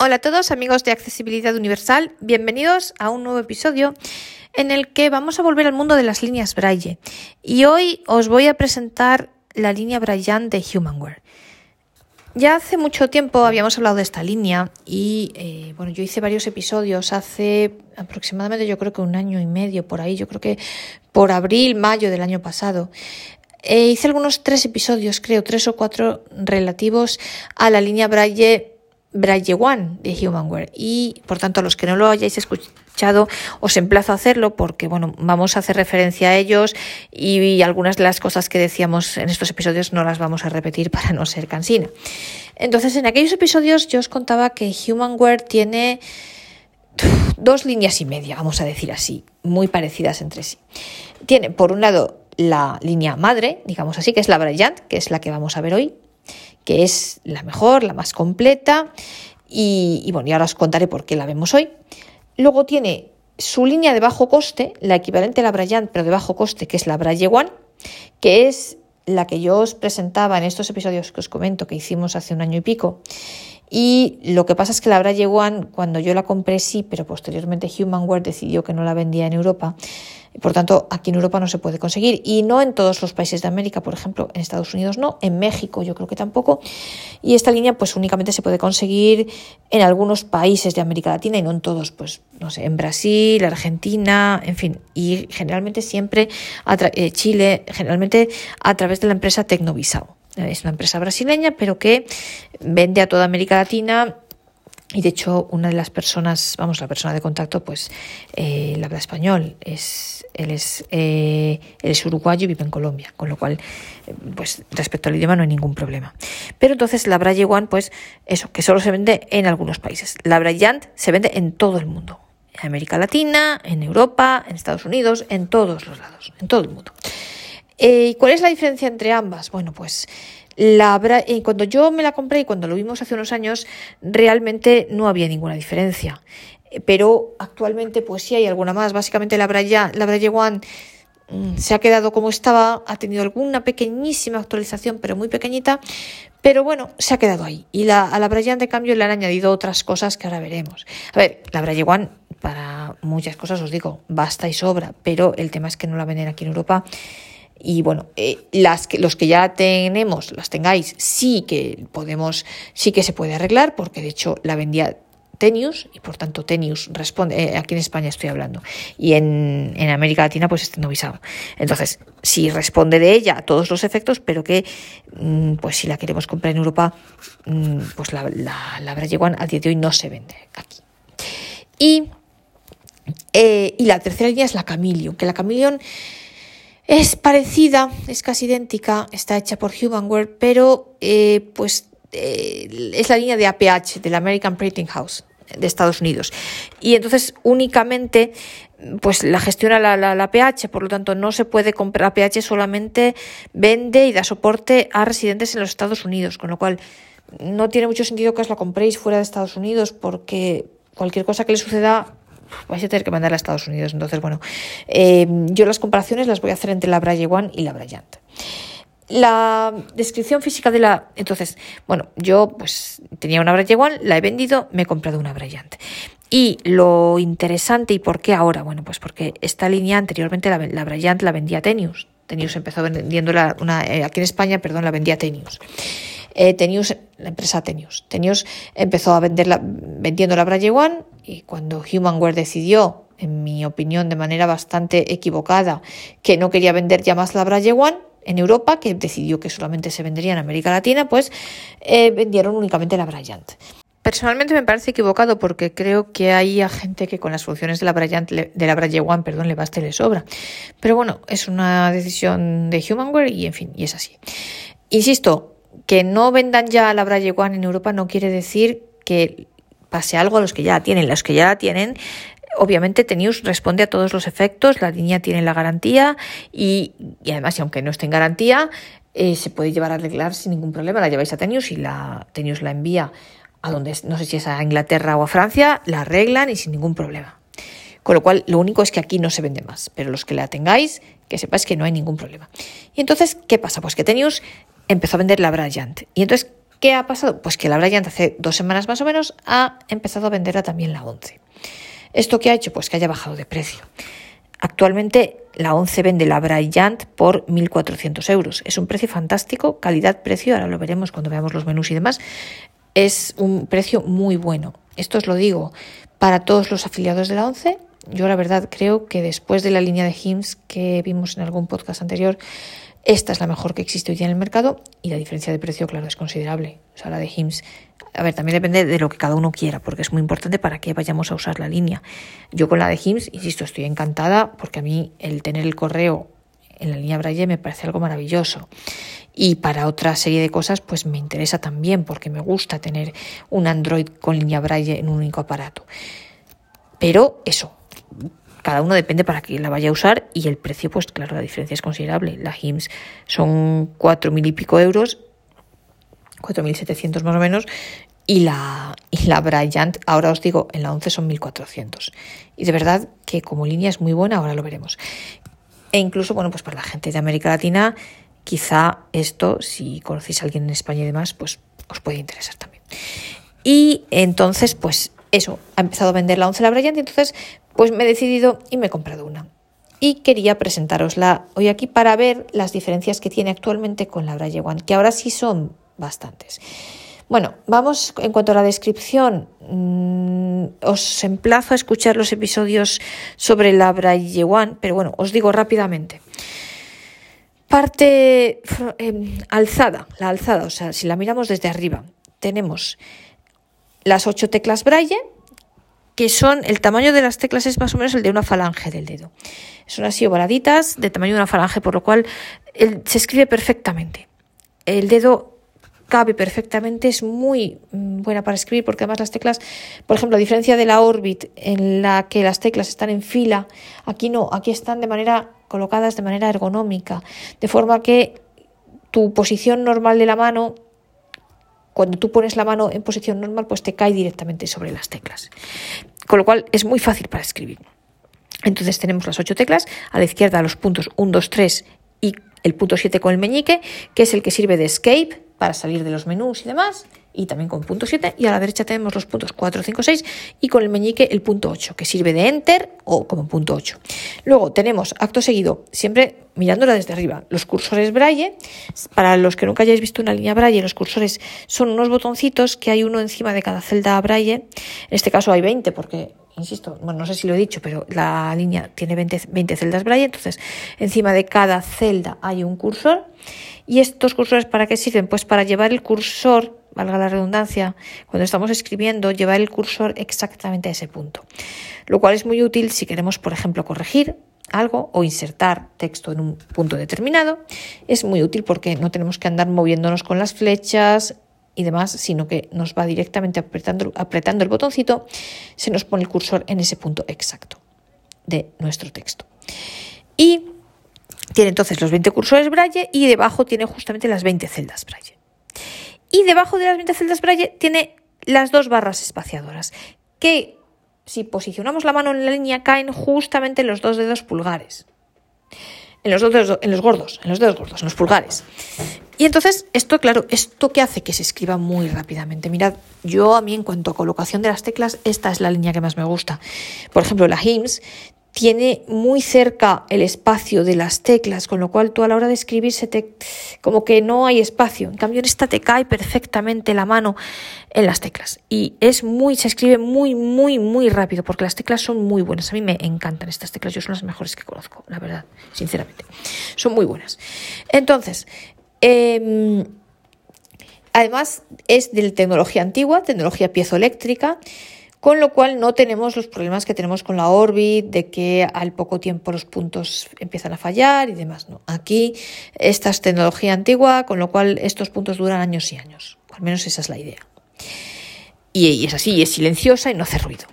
Hola a todos amigos de Accesibilidad Universal, bienvenidos a un nuevo episodio en el que vamos a volver al mundo de las líneas Braille y hoy os voy a presentar la línea Braillant de Humanware. Ya hace mucho tiempo habíamos hablado de esta línea y yo hice varios episodios hace aproximadamente yo creo que 1 año y medio por ahí, yo creo que por abril, mayo del año pasado. Hice algunos 3 episodios, creo, 3 o 4 relativos a la línea Braille One de Humanware y por tanto a los que no lo hayáis escuchado os emplazo a hacerlo porque vamos a hacer referencia a ellos y algunas de las cosas que decíamos en estos episodios no las vamos a repetir para no ser cansina. Entonces en aquellos episodios yo os contaba que Humanware tiene 2 líneas y media, vamos a decir así, muy parecidas entre sí. Tiene por un lado la línea madre, digamos así, que es la Braillant, que es la que vamos a ver hoy, que es la mejor, la más completa y ahora os contaré por qué la vemos hoy. Luego tiene su línea de bajo coste, la equivalente a la Braillant pero de bajo coste, que es la Braille One, que es la que yo os presentaba en estos episodios que os comento que hicimos hace 1 año y pico. Y lo que pasa es que la Braille One, cuando yo la compré sí, pero posteriormente Humanware decidió que no la vendía en Europa. Por tanto, aquí en Europa no se puede conseguir y no en todos los países de América, por ejemplo, en Estados Unidos no, en México yo creo que tampoco. Y esta línea pues únicamente se puede conseguir en algunos países de América Latina y no en todos, pues no sé, en Brasil, Argentina, en fin, y generalmente siempre Chile, generalmente a través de la empresa Tecnovisao. Es una empresa brasileña, pero que vende a toda América Latina. Y de hecho, una de las personas, la persona de contacto, pues él habla español, él es uruguayo y vive en Colombia, con lo cual, pues respecto al idioma no hay ningún problema. Pero entonces la Braille One, pues eso, que solo se vende en algunos países. La Braillant se vende en todo el mundo, en América Latina, en Europa, en Estados Unidos, en todos los lados, en todo el mundo. ¿Y cuál es la diferencia entre ambas? Bueno, pues cuando yo me la compré y cuando lo vimos hace unos años, realmente no había ninguna diferencia. Pero actualmente pues sí hay alguna más. Básicamente la Braille One se ha quedado como estaba, ha tenido alguna pequeñísima actualización, pero muy pequeñita, pero bueno, se ha quedado ahí. Y a la Braillant, de cambio, le han añadido otras cosas que ahora veremos. A ver, la Braille One, para muchas cosas os digo, basta y sobra, pero el tema es que no la venden aquí en Europa. Y los que ya tenemos, las tengáis, sí que se puede arreglar, porque de hecho la vendía Tenius y por tanto Tenius responde, aquí en España estoy hablando, y en América Latina pues es Tecnovisao. Entonces, sí responde de ella a todos los efectos, pero que pues si la queremos comprar en Europa, pues la Braille One a día de hoy no se vende aquí. Y la tercera línea es la Chameleon, que la Chameleon es parecida, es casi idéntica, está hecha por Humanware, pero es la línea de APH, del American Printing House de Estados Unidos. Y entonces únicamente pues la gestiona la APH, por lo tanto no se puede comprar. APH solamente vende y da soporte a residentes en los Estados Unidos, con lo cual no tiene mucho sentido que os la compréis fuera de Estados Unidos porque cualquier cosa que le suceda vais a tener que mandarla a Estados Unidos. Entonces, yo las comparaciones las voy a hacer entre la Braille One y la Braillant. La descripción física Entonces, yo pues tenía una Braille One, la he vendido, me he comprado una Braillant. Y lo interesante, ¿y por qué ahora? Bueno, pues porque esta línea anteriormente la Braillant la vendía Tenius. Tenius empezó vendiéndola, aquí en España, la vendía Tenius. Tenius, la empresa Tenius. Tenius empezó a vendiendo la Braille One y cuando Humanware decidió, en mi opinión de manera bastante equivocada, que no quería vender ya más la Braille One en Europa, que decidió que solamente se vendería en América Latina, pues vendieron únicamente la Braillant. Personalmente me parece equivocado porque creo que hay gente que con las funciones de la Braille One, le basta y le sobra. Pero es una decisión de Humanware y en fin, y es así. Insisto, que no vendan ya la Braille One en Europa no quiere decir que pase algo a los que ya la tienen. Los que ya la tienen, obviamente Tenius responde a todos los efectos, la línea tiene la garantía y además, y aunque no esté en garantía, se puede llevar a arreglar sin ningún problema. La lleváis a Tenius y Tenius la envía a donde, no sé si es a Inglaterra o a Francia, la arreglan y sin ningún problema. Con lo cual, lo único es que aquí no se vende más, pero los que la tengáis, que sepáis que no hay ningún problema. Y entonces, ¿qué pasa? Pues que Tenius empezó a vender la Braillant. Y entonces, ¿Qué ha pasado? Pues que la Bryant hace 2 semanas más o menos ha empezado a venderla también la 11. ¿Esto qué ha hecho? Pues que haya bajado de precio. Actualmente la 11 vende la Bryant por 1.400 euros. Es un precio fantástico, calidad-precio, ahora lo veremos cuando veamos los menús y demás. Es un precio muy bueno. Esto os lo digo para todos los afiliados de la 11. Yo la verdad creo que después de la línea de Hims que vimos en algún podcast anterior, esta es la mejor que existe hoy día en el mercado y la diferencia de precio, claro, es considerable. O sea, la de Hims, a ver, también depende de lo que cada uno quiera, porque es muy importante para que vayamos a usar la línea. Yo con la de Hims, insisto, estoy encantada porque a mí el tener el correo en la línea Braille me parece algo maravilloso. Y para otra serie de cosas, pues me interesa también porque me gusta tener un Android con línea Braille en un único aparato. Pero eso, cada uno depende para qué la vaya a usar y el precio, pues claro, la diferencia es considerable. La Hims son 4.000 y pico euros, 4.700 más o menos, y la Bryant, ahora os digo, en la 11 son 1.400. Y de verdad que como línea es muy buena, ahora lo veremos. E incluso, bueno, pues para la gente de América Latina, quizá esto, si conocéis a alguien en España y demás, pues os puede interesar también. Y entonces, pues eso, ha empezado a vender la 11 la Bryant y entonces pues me he decidido y me he comprado una. Y quería presentárosla hoy aquí para ver las diferencias que tiene actualmente con la Braille One, que ahora sí son bastantes. Bueno, vamos en cuanto a la descripción. Os emplazo a escuchar los episodios sobre la Braille One, pero bueno, os digo rápidamente. Parte alzada, la alzada, o sea, si la miramos desde arriba, tenemos las 8 teclas Braille, que son, el tamaño de las teclas es más o menos el de una falange del dedo. Son así ovaladitas, de tamaño de una falange, por lo cual se escribe perfectamente. El dedo cabe perfectamente, es muy buena para escribir, porque además las teclas, por ejemplo, a diferencia de la Orbit, en la que las teclas están en fila, aquí no, aquí están colocadas de manera ergonómica, de forma que tu posición normal de la mano, cuando tú pones la mano en posición normal, pues te cae directamente sobre las teclas. Con lo cual es muy fácil para escribir. Entonces tenemos las 8 teclas, a la izquierda los puntos 1, 2, 3 y el punto 7 con el meñique, que es el que sirve de escape para salir de los menús y demás, y también con punto 7, y a la derecha tenemos los puntos 4, 5, 6 y con el meñique el punto 8, que sirve de enter o como punto 8. Luego tenemos, acto seguido, siempre mirándola desde arriba, los cursores Braille. Para los que nunca hayáis visto una línea Braille, los cursores son unos botoncitos que hay uno encima de cada celda Braille. En este caso hay 20 porque, insisto, bueno, no sé si lo he dicho, pero la línea tiene 20 celdas Braille, entonces encima de cada celda hay un cursor. ¿Y estos cursores para qué sirven? Pues para llevar el cursor, valga la redundancia, cuando estamos escribiendo, llevar el cursor exactamente a ese punto. Lo cual es muy útil si queremos, por ejemplo, corregir algo o insertar texto en un punto determinado. Es muy útil porque no tenemos que andar moviéndonos con las flechas y demás, sino que nos va directamente apretando el botoncito, se nos pone el cursor en ese punto exacto de nuestro texto. Y tiene entonces los 20 cursores Braille y debajo tiene justamente las 20 celdas Braille. Y debajo de las 20 celdas Braille tiene las 2 barras espaciadoras, que si posicionamos la mano en la línea caen justamente en los 2 dedos pulgares. En los dedos gordos, en los pulgares. Y entonces, esto, claro, ¿esto qué hace? Que se escriba muy rápidamente. Mirad, a mí en cuanto a colocación de las teclas, esta es la línea que más me gusta. Por ejemplo, la Hims tiene muy cerca el espacio de las teclas, con lo cual tú a la hora de escribir como que no hay espacio. En cambio, en esta te cae perfectamente la mano en las teclas. Y se escribe muy, muy, muy rápido, porque las teclas son muy buenas. A mí me encantan estas teclas, yo son las mejores que conozco, la verdad, sinceramente. Son muy buenas. Entonces, además es de tecnología antigua, tecnología piezoeléctrica, con lo cual no tenemos los problemas que tenemos con la Orbit, de que al poco tiempo los puntos empiezan a fallar y demás. No, aquí esta es tecnología antigua, con lo cual estos puntos duran años y años. Al menos esa es la idea. Y es así, es silenciosa y no hace ruido.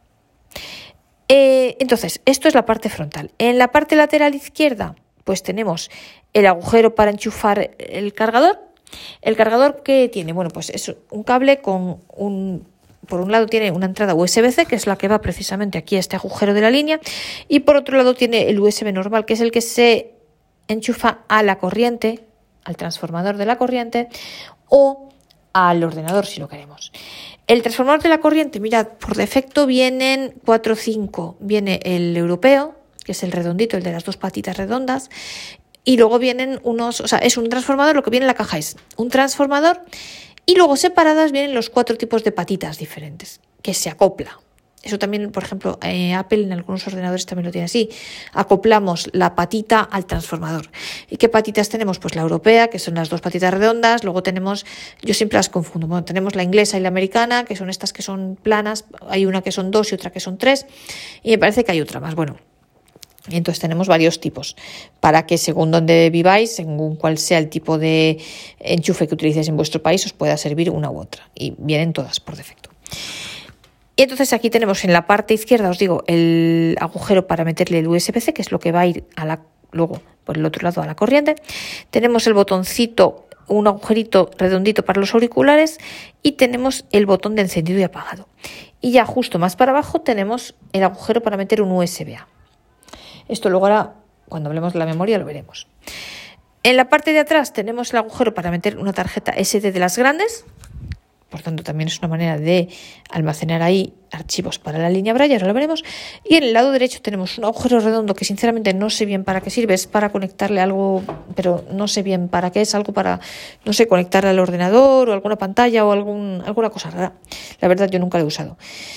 Entonces, esto es la parte frontal. En la parte lateral izquierda, pues tenemos el agujero para enchufar el cargador. El cargador que tiene, bueno, pues es un cable con por un lado tiene una entrada USB-C, que es la que va precisamente aquí a este agujero de la línea, y por otro lado tiene el USB normal, que es el que se enchufa a la corriente, al transformador de la corriente, o al ordenador si lo queremos. El transformador de la corriente, mirad, por defecto vienen 4 o 5. Viene el europeo, que es el redondito, el de las 2 patitas redondas, y luego vienen unos, o sea, es un transformador, lo que viene en la caja es un transformador, y luego separadas vienen los 4 tipos de patitas diferentes, que se acopla. Eso también, por ejemplo, Apple en algunos ordenadores también lo tiene así. Acoplamos la patita al transformador. ¿Y qué patitas tenemos? Pues la europea, que son las 2 patitas redondas. Luego tenemos, yo siempre las confundo, bueno, tenemos la inglesa y la americana, que son estas que son planas. Hay una que son 2 y otra que son 3. Y me parece que hay otra más. Bueno, entonces tenemos varios tipos para que según donde viváis, según cuál sea el tipo de enchufe que utilicéis en vuestro país, os pueda servir una u otra. Y vienen todas por defecto. Y entonces aquí tenemos en la parte izquierda, os digo, el agujero para meterle el USB-C, que es lo que va a ir luego por el otro lado a la corriente. Tenemos el botoncito, un agujerito redondito para los auriculares y tenemos el botón de encendido y apagado. Y ya justo más para abajo tenemos el agujero para meter un USB-A. Esto luego ahora, cuando hablemos de la memoria, lo veremos. En la parte de atrás tenemos el agujero para meter una tarjeta SD de las grandes. Por tanto, también es una manera de almacenar ahí archivos para la línea Braille, ahora lo veremos. Y en el lado derecho tenemos un agujero redondo que sinceramente no sé bien para qué sirve, es para conectarle algo, pero no sé bien para qué es, algo para, no sé, conectarle al ordenador o alguna pantalla o alguna cosa rara. La verdad yo nunca lo he usado.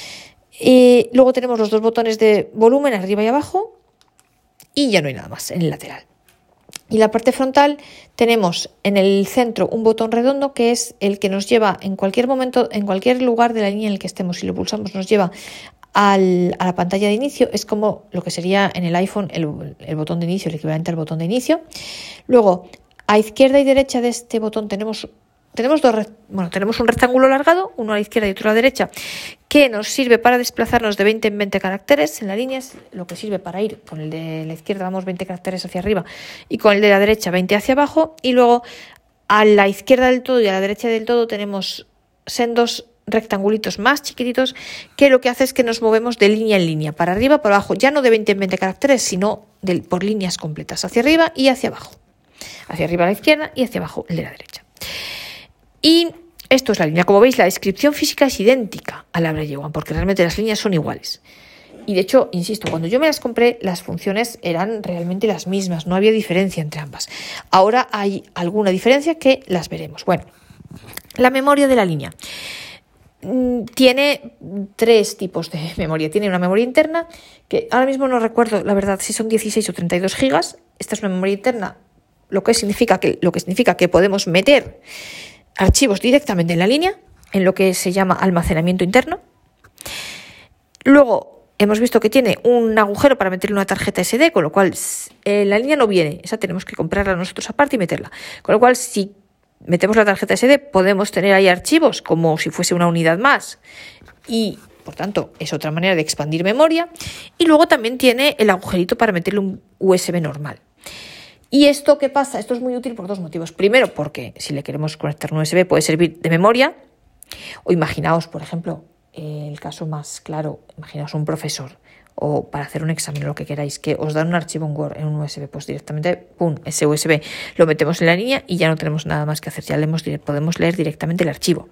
Y luego tenemos los 2 botones de volumen arriba y abajo y ya no hay nada más en el lateral. Y la parte frontal tenemos en el centro un botón redondo que es el que nos lleva en cualquier momento, en cualquier lugar de la línea en el que estemos. Si lo pulsamos nos lleva a la pantalla de inicio. Es como lo que sería en el iPhone el botón de inicio, el equivalente al botón de inicio. Luego, a izquierda y derecha de este botón tenemos un rectángulo alargado, uno a la izquierda y otro a la derecha, que nos sirve para desplazarnos de 20 en 20 caracteres en la línea, es lo que sirve para ir con el de la izquierda, vamos 20 caracteres hacia arriba y con el de la derecha 20 hacia abajo, y luego a la izquierda del todo y a la derecha del todo tenemos sendos rectangulitos más chiquititos que lo que hace es que nos movemos de línea en línea, para arriba, para abajo, ya no de 20 en 20 caracteres, sino por líneas completas, hacia arriba y hacia abajo, hacia arriba a la izquierda y hacia abajo el de la derecha. Y esto es la línea. Como veis, la descripción física es idéntica a la Braille One, porque realmente las líneas son iguales. Y de hecho, insisto, cuando yo me las compré, las funciones eran realmente las mismas, no había diferencia entre ambas. Ahora hay alguna diferencia que las veremos. Bueno, la memoria de la línea. Tiene 3 tipos de memoria. Tiene una memoria interna, que ahora mismo no recuerdo, la verdad, si son 16 o 32 gigas. Esta es una memoria interna, lo que significa que podemos meter archivos directamente en la línea, en lo que se llama almacenamiento interno. Luego hemos visto que tiene un agujero para meterle una tarjeta SD, con lo cual la línea no viene, esa tenemos que comprarla nosotros aparte y meterla. Con lo cual, si metemos la tarjeta SD, podemos tener ahí archivos como si fuese una unidad más y, por tanto, es otra manera de expandir memoria. Y luego también tiene el agujerito para meterle un USB normal. ¿Y esto qué pasa? Esto es muy útil por 2 motivos. Primero, porque si le queremos conectar un USB puede servir de memoria. O imaginaos, por ejemplo, el caso más claro, imaginaos un profesor o para hacer un examen o lo que queráis, que os dan un archivo en Word en un USB, pues directamente, pum, ese USB lo metemos en la línea y ya no tenemos nada más que hacer, ya podemos leer directamente el archivo.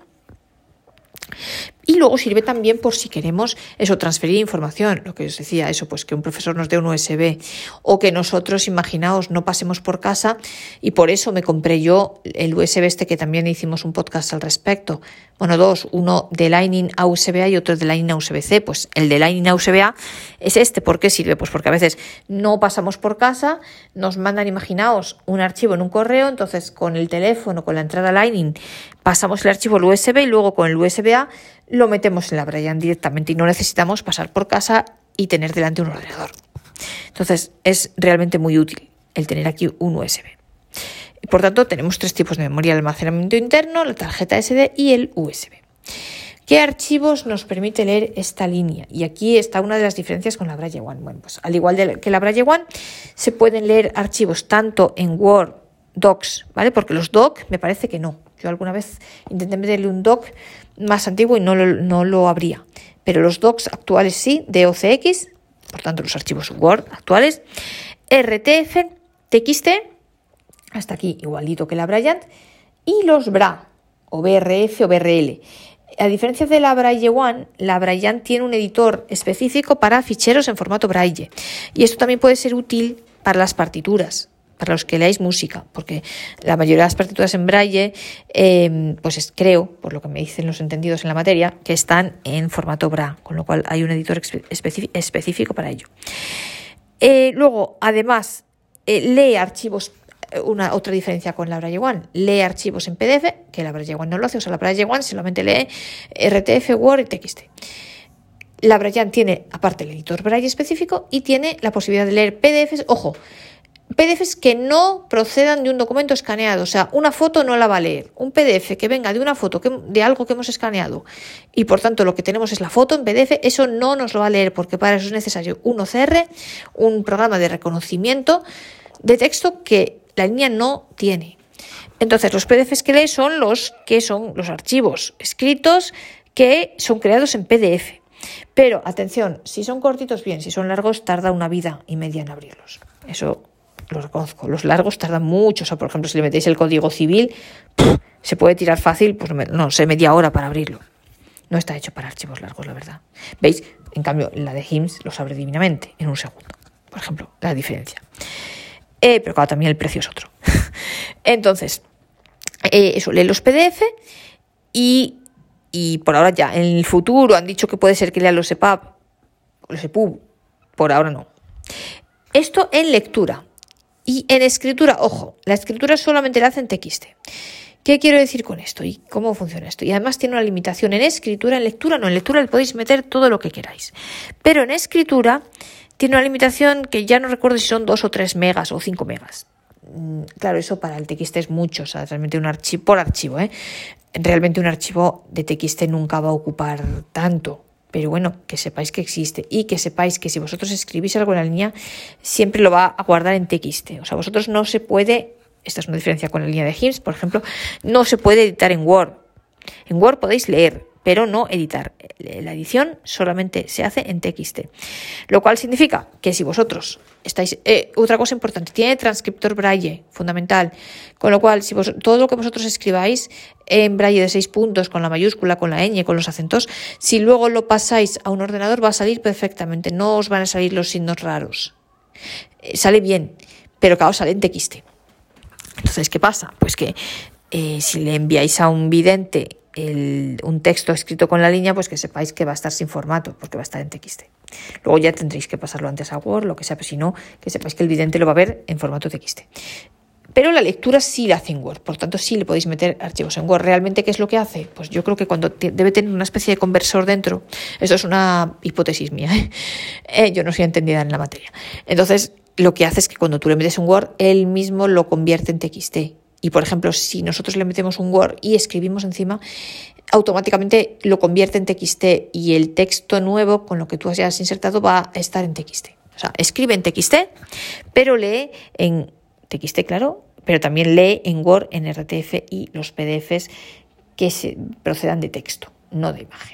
Y luego sirve también por si queremos transferir información, lo que os decía, pues que un profesor nos dé un USB o que nosotros, imaginaos, no pasemos por casa, y por eso me compré yo el USB que también hicimos un podcast al respecto. Bueno, 2, uno de Lightning a USB-A y otro de Lightning a USB-C. Pues el de Lightning a USB-A es ¿por qué sirve? Pues porque a veces no pasamos por casa, nos mandan, imaginaos, un archivo en un correo, entonces con el teléfono, con la entrada Lightning, pasamos el archivo al USB y luego con el USB-A lo metemos en la Braille directamente y no necesitamos pasar por casa y tener delante un ordenador. Entonces es realmente muy útil el tener aquí un USB. Por tanto, tenemos 3 tipos de memoria: el almacenamiento interno, la tarjeta SD y el USB. ¿Qué archivos nos permite leer esta línea? Y aquí está una de las diferencias con la Braille One. Bueno, pues al igual que la Braille One, se pueden leer archivos tanto en Word, Docs, ¿vale? Porque los Doc me parece que no. Yo alguna vez intenté meterle un Doc más antiguo y no lo abría. Pero los Docs actuales sí, DOCX, por tanto los archivos Word actuales, RTF, TXT, hasta aquí igualito que la Braille, y los BRA, o BRF o BRL. A diferencia de la Braille One, la Braillant tiene un editor específico para ficheros en formato Braille. Y esto también puede ser útil para las partituras, para los que leáis música, porque la mayoría de las partituras en Braille, creo, por lo que me dicen los entendidos en la materia, que están en formato BRA, con lo cual hay un editor específico para ello. Luego, además, lee archivos. Otra diferencia con la Braille One, lee archivos en PDF, que la Braille One no lo hace, o sea, la Braille One solamente lee RTF, Word y TXT. La Braillant tiene, aparte, el editor Braille específico y tiene la posibilidad de leer PDFs, ojo, PDFs que no procedan de un documento escaneado, o sea, una foto no la va a leer. Un PDF que venga de una foto, de algo que hemos escaneado, y por tanto lo que tenemos es la foto en PDF, eso no nos lo va a leer, porque para eso es necesario un OCR, un programa de reconocimiento de texto que la línea no tiene. Entonces, los PDFs que lee son los archivos escritos que son creados en PDF. Pero, atención, si son cortitos, bien, si son largos, tarda una vida y media en abrirlos. Eso lo reconozco. Los largos tardan mucho. O sea, por ejemplo, si le metéis el código civil, se puede tirar fácil, pues no sé, media hora para abrirlo. No está hecho para archivos largos, la verdad. ¿Veis? En cambio, la de HIMSS los abre divinamente en un segundo. Por ejemplo, la diferencia. Pero claro, también el precio es otro. Entonces, eso, lee los PDF y por ahora ya. En el futuro han dicho que puede ser que lea los EPUB, por ahora no. Esto en lectura. Y en escritura, ojo, la escritura solamente la hace en TXT. ¿Qué quiero decir con esto y cómo funciona esto? Y además tiene una limitación en escritura, en lectura no. En lectura le podéis meter todo lo que queráis. Pero en escritura tiene una limitación que ya no recuerdo si son 2 o 3 megas o 5 megas. Claro, eso para el TXT es mucho, o sea, realmente un archivo por archivo, Realmente un archivo de TXT nunca va a ocupar tanto, pero bueno, que sepáis que existe y que sepáis que si vosotros escribís algo en la línea, siempre lo va a guardar en TXT. O sea, vosotros no se puede, esta es una diferencia con la línea de HIMSS, por ejemplo, no se puede editar en Word. En Word podéis leer, pero no editar. La edición solamente se hace en TXT. Lo cual significa que si vosotros estáis... otra cosa importante, tiene transcriptor Braille, fundamental. Con lo cual, si todo lo que vosotros escribáis en Braille de 6 puntos, con la mayúscula, con la ñ, con los acentos, si luego lo pasáis a un ordenador va a salir perfectamente. No os van a salir los signos raros. Sale bien, pero claro, sale en TXT. Entonces, ¿qué pasa? Pues que si le enviáis a un vidente un texto escrito con la línea, pues que sepáis que va a estar sin formato, porque va a estar en TXT. Luego ya tendréis que pasarlo antes a Word, lo que sea, pero si no, que sepáis que el vidente lo va a ver en formato TXT. Pero la lectura sí la hace en Word, por tanto sí le podéis meter archivos en Word. ¿Realmente qué es lo que hace? Pues yo creo que cuando debe tener una especie de conversor dentro, esto es una hipótesis mía, yo no soy entendida en la materia. Entonces, lo que hace es que cuando tú le metes un Word, él mismo lo convierte en TXT. Y, por ejemplo, si nosotros le metemos un Word y escribimos encima, automáticamente lo convierte en TXT y el texto nuevo con lo que tú hayas insertado va a estar en TXT. O sea, escribe en TXT, pero lee en TXT, claro, pero también lee en Word, en RTF y los PDFs que se procedan de texto, no de imagen.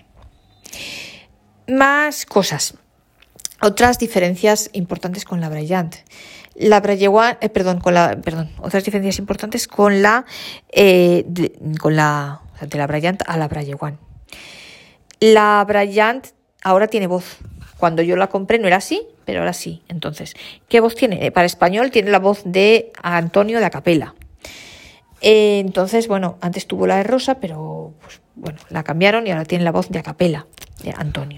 Más cosas. Otras diferencias importantes con la Braillant. La Braille One, otras diferencias importantes con de la Braillant a la Braille One. La Braillant ahora tiene voz. Cuando yo la compré no era así, pero ahora sí. Entonces, ¿qué voz tiene? Para español tiene la voz de Antonio de Acapella. Entonces, bueno, antes tuvo la de Rosa, pero pues, bueno, la cambiaron y ahora tiene la voz de Acapella, de Antonio.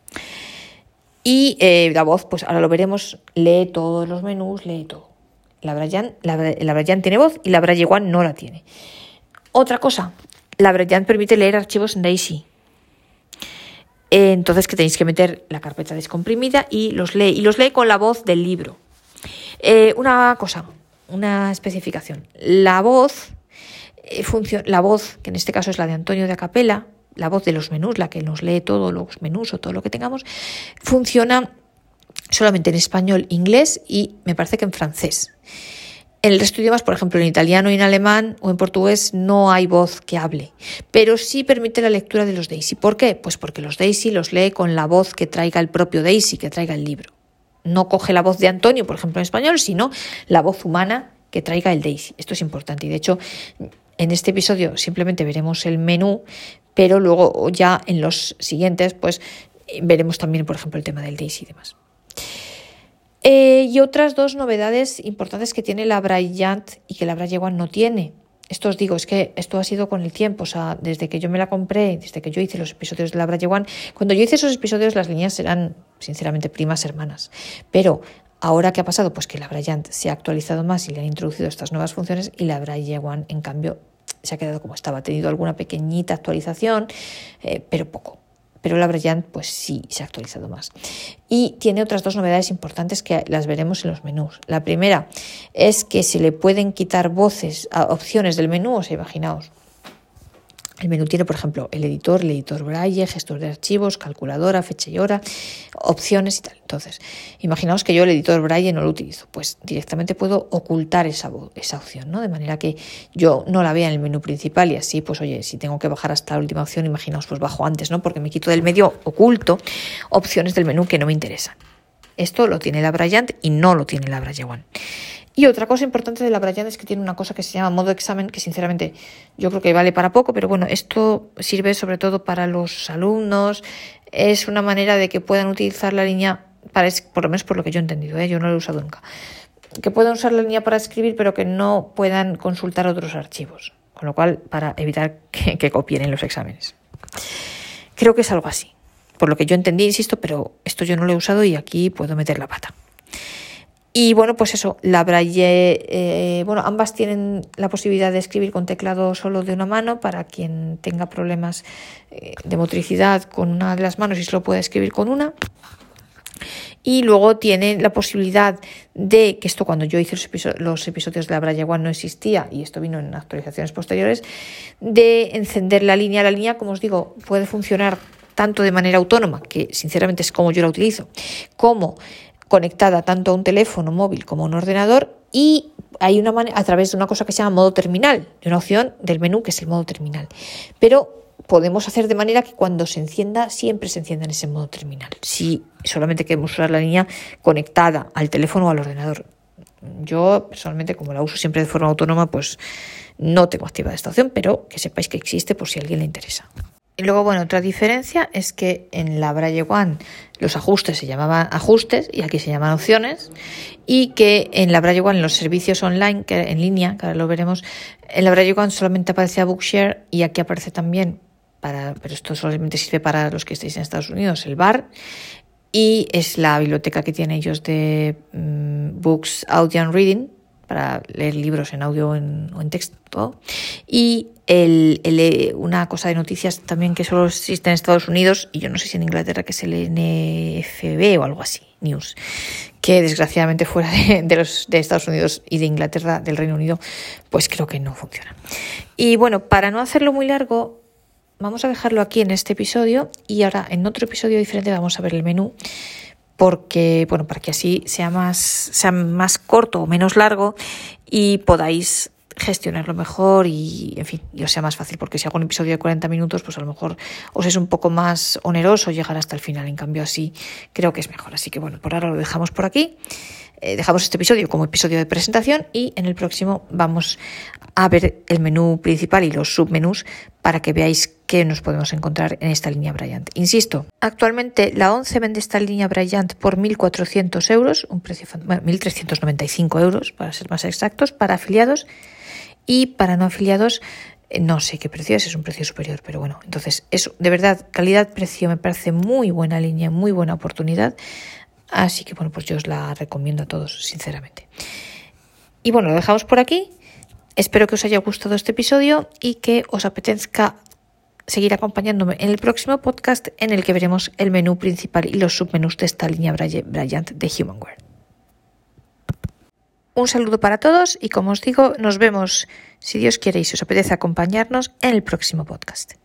Y la voz, pues ahora lo veremos, lee todos los menús, lee todo. La Braillant tiene voz y la Braille One no la tiene. Otra cosa, la Braillant permite leer archivos en DAISY. Entonces que tenéis que meter la carpeta descomprimida y los lee con la voz del libro. Una especificación. La voz, que en este caso es la de Antonio de Acapella, la voz de los menús, la que nos lee todos los menús o todo lo que tengamos, funciona solamente en español, inglés y me parece que en francés. En el resto de idiomas, por ejemplo, en italiano y en alemán o en portugués no hay voz que hable, pero sí permite la lectura de los DAISY. ¿Por qué? Pues porque los DAISY los lee con la voz que traiga el propio DAISY, que traiga el libro. No coge la voz de Antonio, por ejemplo, en español, sino la voz humana que traiga el DAISY. Esto es importante y, de hecho, en este episodio simplemente veremos el menú, pero luego ya en los siguientes pues veremos también, por ejemplo, el tema del Daisy y demás. Y otras dos novedades importantes que tiene la Bryant y que la Braille One no tiene. Esto os digo, es que esto ha sido con el tiempo, o sea, desde que yo me la compré, desde que yo hice los episodios de la Braille One. Cuando yo hice esos episodios, las líneas eran, sinceramente, primas hermanas. Pero ahora, ¿qué ha pasado? Pues que la Bryant se ha actualizado más y le han introducido estas nuevas funciones, y la Braille One, en cambio, se ha quedado como estaba. Ha tenido alguna pequeñita actualización, pero poco. Pero la Bryant pues sí se ha actualizado más. Y tiene otras dos novedades importantes que las veremos en los menús. La primera es que se le pueden quitar voces a opciones del menú. O sea, imaginaos, el menú tiene, por ejemplo, el editor Braille, gestor de archivos, calculadora, fecha y hora, opciones y tal. Entonces, imaginaos que yo el editor Braille no lo utilizo, pues directamente puedo ocultar esa opción, ¿no? De manera que yo no la vea en el menú principal, y así, pues oye, si tengo que bajar hasta la última opción, imaginaos, pues bajo antes, ¿no? Porque me quito del medio, oculto opciones del menú que no me interesan. Esto lo tiene la Bryant y no lo tiene la Braille One. Y otra cosa importante de la Bryant es que tiene una cosa que se llama modo examen, que sinceramente yo creo que vale para poco, pero bueno, esto sirve sobre todo para los alumnos. Es una manera de que puedan utilizar la línea, por lo menos por lo que yo he entendido, yo no lo he usado nunca, que puedan usar la línea para escribir, pero que no puedan consultar otros archivos, con lo cual para evitar que copien en los exámenes. Creo que es algo así, por lo que yo entendí, insisto, pero esto yo no lo he usado y aquí puedo meter la pata. Y bueno, pues eso, la Braille, ambas tienen la posibilidad de escribir con teclado solo de una mano para quien tenga problemas de motricidad con una de las manos y solo pueda escribir con una. Y luego tiene la posibilidad de, que esto cuando yo hice los episodios de la Braille One no existía, y esto vino en actualizaciones posteriores, de encender la línea. La línea, como os digo, puede funcionar tanto de manera autónoma, que sinceramente es como yo la utilizo, como conectada tanto a un teléfono móvil como a un ordenador, y hay una manera a través de una cosa que se llama modo terminal, de una opción del menú que es el modo terminal. Pero podemos hacer de manera que cuando se encienda, siempre se encienda en ese modo terminal, si solamente queremos usar la línea conectada al teléfono o al ordenador. Yo personalmente, como la uso siempre de forma autónoma, pues no tengo activada esta opción, pero que sepáis que existe por si a alguien le interesa. Y luego, otra diferencia es que en la Braille One los ajustes se llamaban ajustes y aquí se llaman opciones, y que en la Braille One, en los servicios online, que en línea, que ahora lo veremos, en la Braille One solamente aparecía Bookshare, y aquí aparece también, pero esto solamente sirve para los que estéis en Estados Unidos, el BAR, y es la biblioteca que tienen ellos de Books, Audio and Reading, para leer libros en audio o en texto, y una cosa de noticias también que solo existe en Estados Unidos, y yo no sé si en Inglaterra, que es el NFB o algo así, News, que desgraciadamente fuera de Estados Unidos y de Inglaterra, del Reino Unido, pues creo que no funciona. Y bueno, para no hacerlo muy largo, vamos a dejarlo aquí en este episodio, y ahora en otro episodio diferente vamos a ver el menú, porque para que así sea más corto o menos largo y podáis gestionarlo mejor y, en fin, y os sea más fácil, porque si hago un episodio de 40 minutos, pues a lo mejor os es un poco más oneroso llegar hasta el final. En cambio, así creo que es mejor. Así que por ahora lo dejamos por aquí. Dejamos este episodio como episodio de presentación, y en el próximo vamos a ver el menú principal y los submenús para que veáis qué nos podemos encontrar en esta línea Bryant. Insisto, actualmente la 11 vende esta línea Bryant por 1.400 euros, un precio 1.395 euros para ser más exactos, para afiliados, y para no afiliados no sé qué precio es un precio superior, pero bueno, entonces eso, de verdad, calidad-precio, me parece muy buena línea, muy buena oportunidad. Así que pues yo os la recomiendo a todos, sinceramente. Y lo dejamos por aquí. Espero que os haya gustado este episodio y que os apetezca seguir acompañándome en el próximo podcast, en el que veremos el menú principal y los submenús de esta línea Bryant de Humanware. Un saludo para todos y, como os digo, nos vemos, si Dios quiere y si os apetece acompañarnos, en el próximo podcast.